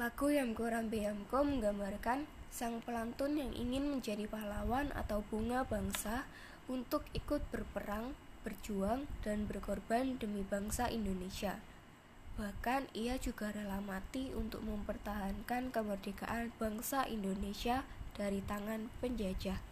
Lagu Yamko Rambe Yamko menggambarkan sang pelantun yang ingin menjadi pahlawan atau bunga bangsa untuk ikut berperang, berjuang, dan berkorban demi bangsa Indonesia. Bahkan ia juga rela mati untuk mempertahankan kemerdekaan bangsa Indonesia dari tangan penjajah.